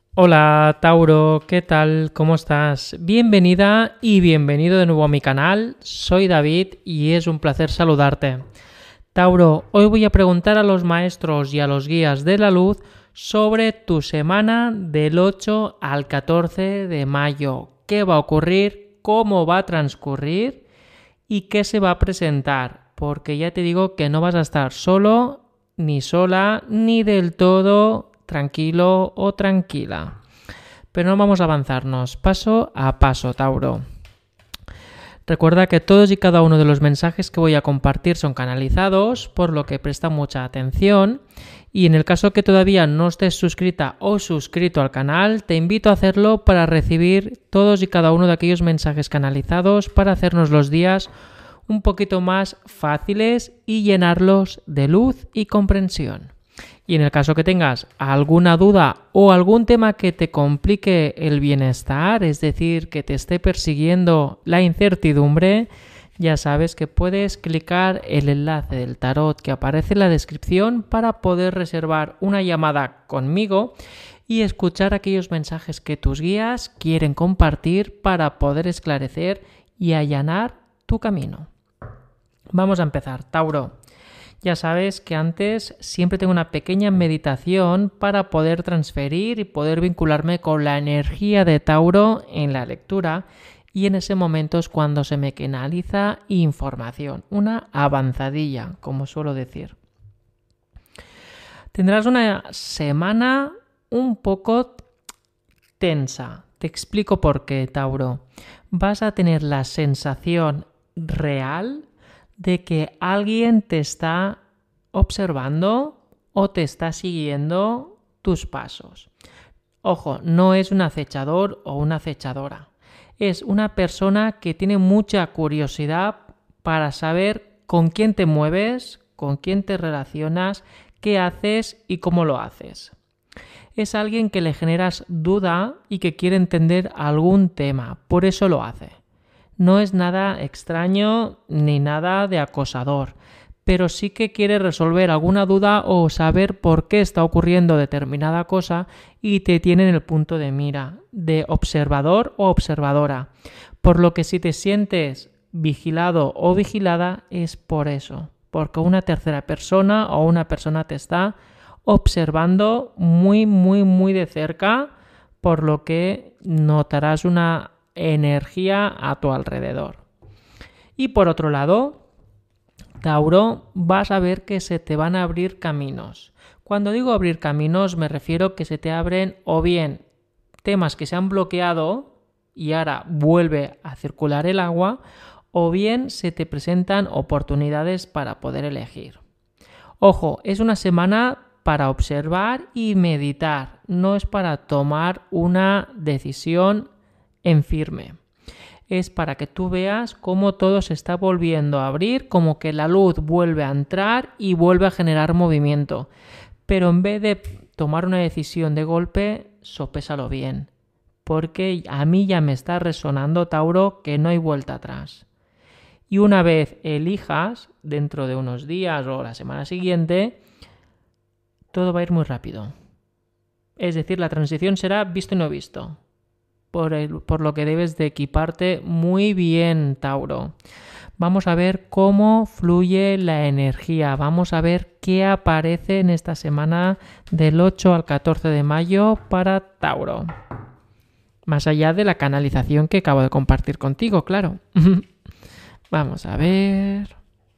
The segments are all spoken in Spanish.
Hola Tauro, ¿qué tal? ¿Cómo estás? Bienvenida y bienvenido de nuevo a mi canal. Soy David y es un placer saludarte. Tauro, hoy voy a preguntar a los maestros y a los guías de la luz sobre tu semana del 8 al 14 de mayo. ¿Qué va a ocurrir? ¿Cómo va a transcurrir? ¿Y qué se va a presentar? Porque ya te digo que no vas a estar solo, ni sola, ni del todo tranquilo o tranquila. Pero no vamos a avanzarnos paso a paso, Tauro. Recuerda que todos y cada uno de los mensajes que voy a compartir son canalizados, por lo que presta mucha atención. Y en el caso que todavía no estés suscrita o suscrito al canal, te invito a hacerlo para recibir todos y cada uno de aquellos mensajes canalizados para hacernos los días un poquito más fáciles y llenarlos de luz y comprensión. Y en el caso que tengas alguna duda o algún tema que te complique el bienestar, es decir, que te esté persiguiendo la incertidumbre, ya sabes que puedes clicar el enlace del tarot que aparece en la descripción para poder reservar una llamada conmigo y escuchar aquellos mensajes que tus guías quieren compartir para poder esclarecer y allanar tu camino. Vamos a empezar, Tauro. Ya sabes que antes siempre tengo una pequeña meditación para poder transferir y poder vincularme con la energía de Tauro en la lectura, y en ese momento es cuando se me canaliza información, una avanzadilla, como suelo decir. Tendrás una semana un poco tensa. Te explico por qué, Tauro. Vas a tener la sensación real de que alguien te está observando o te está siguiendo tus pasos. Ojo, no es un acechador o una acechadora. Es una persona que tiene mucha curiosidad para saber con quién te mueves, con quién te relacionas, qué haces y cómo lo haces. Es alguien que le generas duda y que quiere entender algún tema, por eso lo hace. No es nada extraño ni nada de acosador, pero sí que quiere resolver alguna duda o saber por qué está ocurriendo determinada cosa y te tiene en el punto de mira, de observador o observadora. Por lo que si te sientes vigilado o vigilada es por eso, porque una tercera persona o una persona te está observando muy de cerca, por lo que notarás una energía a tu alrededor. Y por otro lado, Tauro, vas a ver que se te van a abrir caminos. Cuando digo abrir caminos me refiero que se te abren o bien temas que se han bloqueado y ahora vuelve a circular el agua, o bien se te presentan oportunidades para poder elegir. Ojo, es una semana para observar y meditar, no es para tomar una decisión en firme. Es para que tú veas cómo todo se está volviendo a abrir, como que la luz vuelve a entrar y vuelve a generar movimiento. Pero en vez de tomar una decisión de golpe, sopésalo bien. Porque a mí ya me está resonando, Tauro, que no hay vuelta atrás. Y una vez elijas, dentro de unos días o la semana siguiente, todo va a ir muy rápido. Es decir, la transición será visto y no visto. Por lo que debes de equiparte muy bien, Tauro. Vamos a ver cómo fluye la energía. Vamos a ver qué aparece en esta semana del 8 al 14 de mayo para Tauro. Más allá de la canalización que acabo de compartir contigo, claro. Vamos a ver.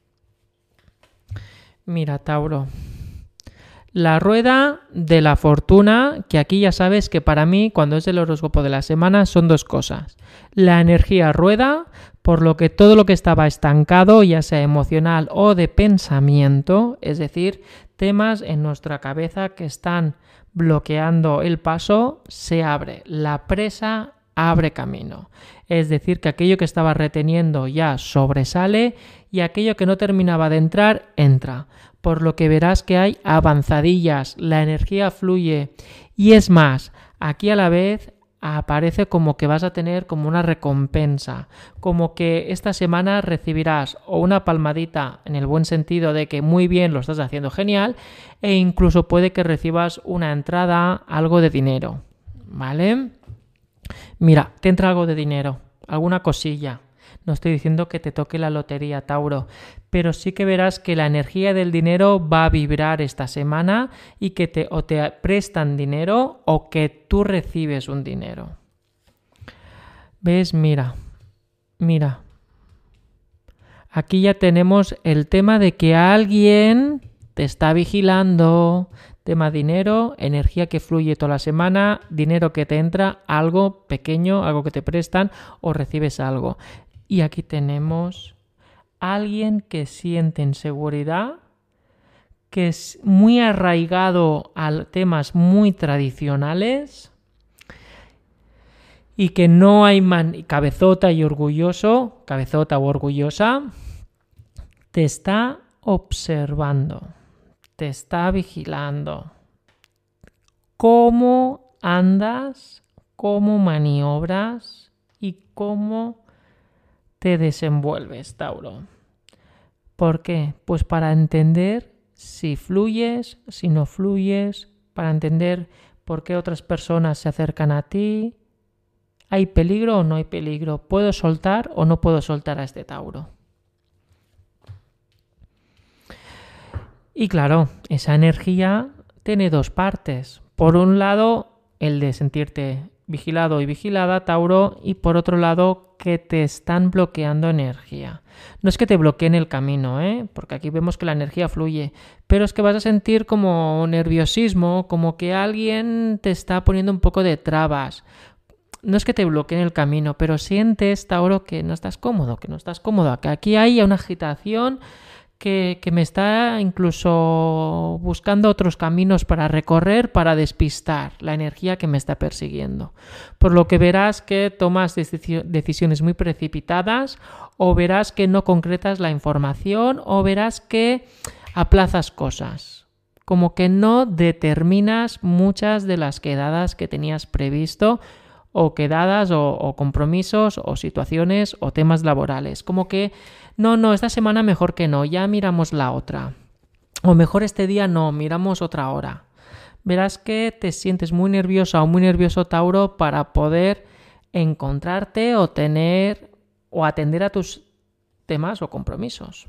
Mira, Tauro. La rueda de la fortuna, que aquí ya sabes que para mí, cuando es el horóscopo de la semana, son dos cosas. La energía rueda, por lo que todo lo que estaba estancado, ya sea emocional o de pensamiento, es decir, temas en nuestra cabeza que están bloqueando el paso, se abre. La presa abre camino. Es decir, que aquello que estaba reteniendo ya sobresale y aquello que no terminaba de entrar, entra. Por lo que verás que hay avanzadillas, la energía fluye y es más, aquí a la vez aparece como que vas a tener como una recompensa, como que esta semana recibirás o una palmadita en el buen sentido de que muy bien lo estás haciendo genial, e incluso puede que recibas una entrada, algo de dinero, ¿vale? Mira, te entra algo de dinero, alguna cosilla. No estoy diciendo que te toque la lotería, Tauro, pero sí que verás que la energía del dinero va a vibrar esta semana y que o te prestan dinero o que tú recibes un dinero. ¿Ves? Mira. Aquí ya tenemos el tema de que alguien te está vigilando. Tema dinero, energía que fluye toda la semana, dinero que te entra, algo pequeño, algo que te prestan o recibes algo. Y aquí tenemos alguien que siente inseguridad, que es muy arraigado a temas muy tradicionales y que no hay cabezota y orgulloso, cabezota o orgullosa, te está observando, te está vigilando. Cómo andas, cómo maniobras y cómo te desenvuelves, Tauro. ¿Por qué? Pues para entender si fluyes, si no fluyes, para entender por qué otras personas se acercan a ti. ¿Hay peligro o no hay peligro? ¿Puedo soltar o no puedo soltar a este Tauro? Y claro, esa energía tiene dos partes. Por un lado, el de sentirte vigilado y vigilada, Tauro, y por otro lado, que te están bloqueando energía. No es que te bloqueen el camino, porque aquí vemos que la energía fluye, pero es que vas a sentir como nerviosismo, como que alguien te está poniendo un poco de trabas. No es que te bloqueen el camino, pero sientes, Tauro, que no estás cómodo, que aquí hay una agitación que me está incluso buscando otros caminos para recorrer, para despistar la energía que me está persiguiendo. Por lo que verás que tomas decisiones muy precipitadas, o verás que no concretas la información, o verás que aplazas cosas. Como que no determinas muchas de las quedadas que tenías previsto, o quedadas, o compromisos, o situaciones, o temas laborales. Como que no, esta semana mejor que no, ya miramos la otra. O mejor este día no, miramos otra hora. Verás que te sientes muy nerviosa o muy nervioso, Tauro, para poder encontrarte o tener o atender a tus temas o compromisos.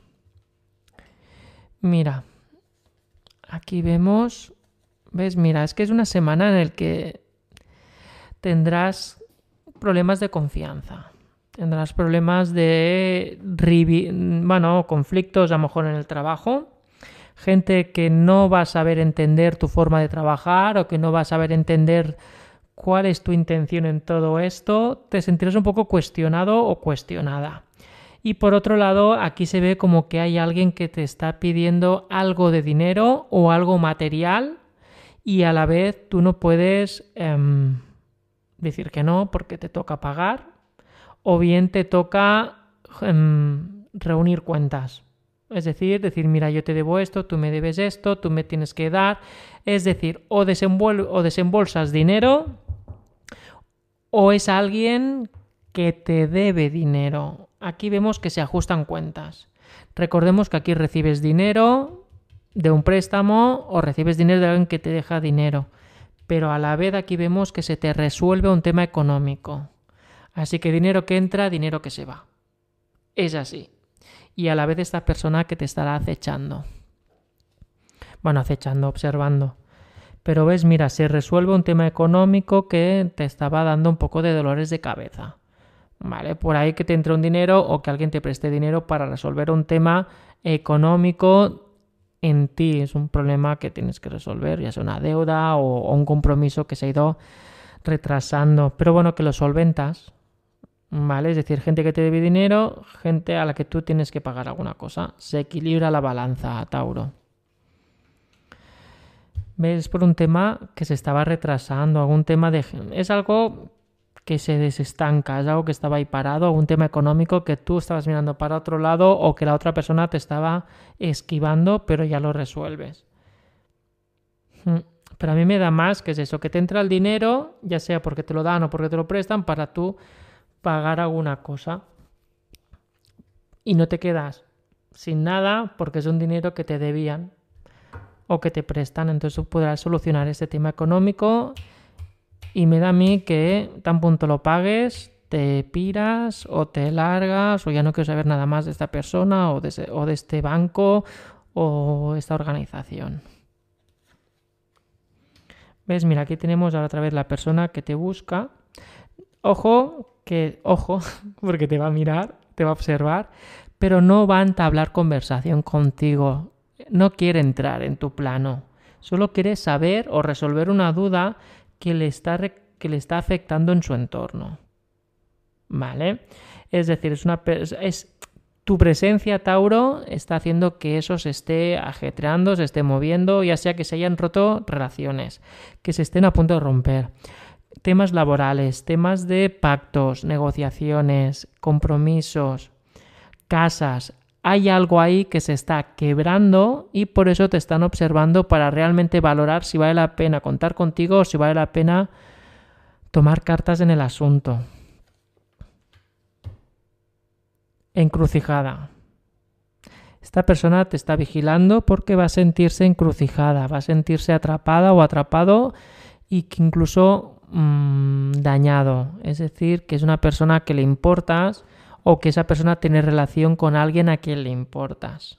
Mira, aquí vemos, ¿ves? Mira, es que es una semana en la que tendrás problemas de confianza. Tendrás problemas de conflictos a lo mejor en el trabajo, gente que no va a saber entender tu forma de trabajar o que no va a saber entender cuál es tu intención en todo esto, te sentirás un poco cuestionado o cuestionada. Y por otro lado, aquí se ve como que hay alguien que te está pidiendo algo de dinero o algo material y a la vez tú no puedes decir que no porque te toca pagar. O bien te toca reunir cuentas. Es decir, mira, yo te debo esto, tú me debes esto, tú me tienes que dar. Es decir, o desembolsas dinero o es alguien que te debe dinero. Aquí vemos que se ajustan cuentas. Recordemos que aquí recibes dinero de un préstamo o recibes dinero de alguien que te deja dinero. Pero a la vez aquí vemos que se te resuelve un tema económico. Así que dinero que entra, dinero que se va. Es así. Y a la vez esta persona que te estará acechando. Bueno, acechando, observando. Pero ves, mira, se resuelve un tema económico que te estaba dando un poco de dolores de cabeza. ¿Vale? Por ahí que te entre un dinero o que alguien te preste dinero para resolver un tema económico en ti. Es un problema que tienes que resolver, ya sea una deuda o un compromiso que se ha ido retrasando. Pero bueno, que lo solventas. ¿Vale? Es decir, gente que te debe dinero, gente a la que tú tienes que pagar alguna cosa. Se equilibra la balanza, Tauro. ¿Ves? Por un tema que se estaba retrasando, algún tema de... Es algo que se desestanca, es algo que estaba ahí parado, algún tema económico que tú estabas mirando para otro lado o que la otra persona te estaba esquivando, pero ya lo resuelves. Pero a mí me da más que es eso, que te entra el dinero, ya sea porque te lo dan o porque te lo prestan, para tú pagar alguna cosa y no te quedas sin nada porque es un dinero que te debían o que te prestan. Entonces tú podrás solucionar este tema económico Y me da a mí que tan punto lo pagues, te piras o te largas o ya no quiero saber nada más de esta persona o de este banco o esta organización. ¿Ves? Mira, aquí tenemos ahora otra vez la persona que te busca. Ojo, porque te va a mirar, te va a observar, pero no va a entablar conversación contigo. No quiere entrar en tu plano. Solo quiere saber o resolver una duda que le está afectando en su entorno. ¿Vale? Es decir, tu presencia, Tauro, está haciendo que eso se esté ajetreando, se esté moviendo, ya sea que se hayan roto relaciones, que se estén a punto de romper. Temas laborales, temas de pactos, negociaciones, compromisos, casas. Hay algo ahí que se está quebrando y por eso te están observando para realmente valorar si vale la pena contar contigo o si vale la pena tomar cartas en el asunto. Encrucijada. Esta persona te está vigilando porque va a sentirse encrucijada, va a sentirse atrapada o atrapado y que incluso dañado. Es decir, que es una persona que le importas o que esa persona tiene relación con alguien a quien le importas.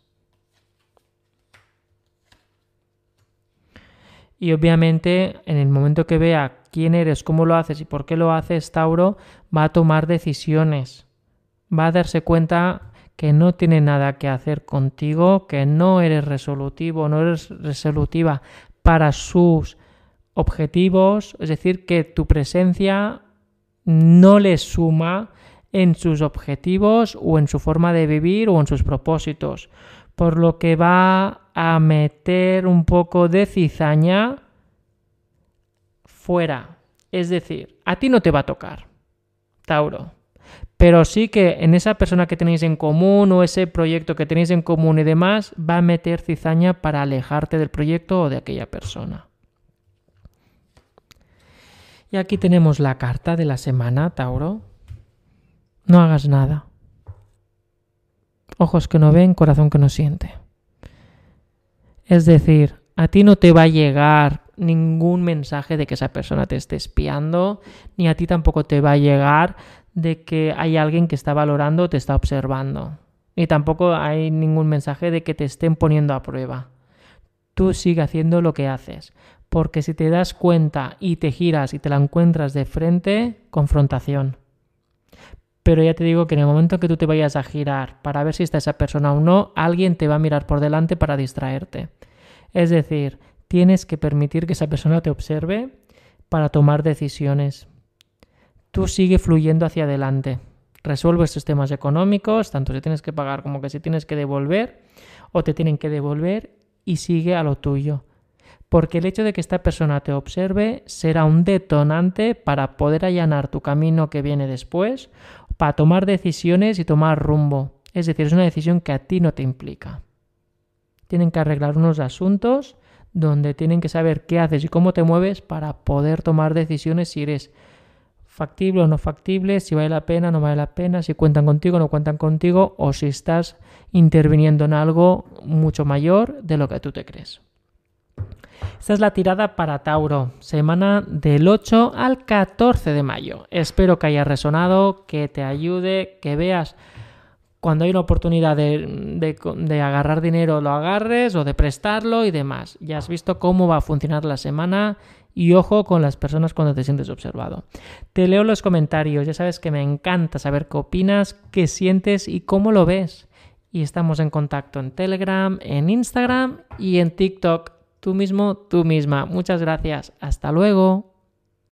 Y obviamente en el momento que vea quién eres, cómo lo haces y por qué lo haces, Tauro, va a tomar decisiones. Va a darse cuenta que no tiene nada que hacer contigo, que no eres resolutivo, no eres resolutiva para sus objetivos, es decir, que tu presencia no le suma en sus objetivos o en su forma de vivir o en sus propósitos, por lo que va a meter un poco de cizaña fuera. Es decir, a ti no te va a tocar, Tauro. Pero sí que en esa persona que tenéis en común o ese proyecto que tenéis en común y demás, va a meter cizaña para alejarte del proyecto o de aquella persona. Y aquí tenemos la carta de la semana, Tauro. No hagas nada. Ojos que no ven, corazón que no siente. Es decir, a ti no te va a llegar ningún mensaje de que esa persona te esté espiando, ni a ti tampoco te va a llegar de que hay alguien que está valorando o te está observando. Y tampoco hay ningún mensaje de que te estén poniendo a prueba. Tú sigue haciendo lo que haces, porque si te das cuenta y te giras y te la encuentras de frente, confrontación. Pero ya te digo que en el momento que tú te vayas a girar para ver si está esa persona o no, alguien te va a mirar por delante para distraerte. Es decir, tienes que permitir que esa persona te observe para tomar decisiones. Tú sigue fluyendo hacia adelante. Resuelve estos temas económicos, tanto si tienes que pagar como que si tienes que devolver o te tienen que devolver y sigue a lo tuyo. Porque el hecho de que esta persona te observe será un detonante para poder allanar tu camino que viene después, para tomar decisiones y tomar rumbo. Es decir, es una decisión que a ti no te implica. Tienen que arreglar unos asuntos donde tienen que saber qué haces y cómo te mueves para poder tomar decisiones si eres factible o no factible, si vale la pena o no vale la pena, si cuentan contigo o no cuentan contigo o si estás interviniendo en algo mucho mayor de lo que tú te crees. Esta es la tirada para Tauro, semana del 8 al 14 de mayo. Espero que haya resonado, que te ayude, que veas cuando hay una oportunidad de agarrar dinero lo agarres o de prestarlo y demás. Ya has visto cómo va a funcionar la semana y ojo con las personas cuando te sientes observado. Te leo los comentarios, ya sabes que me encanta saber qué opinas, qué sientes y cómo lo ves. Y estamos en contacto en Telegram, en Instagram y en TikTok. Tú mismo, tú misma. Muchas gracias. Hasta luego.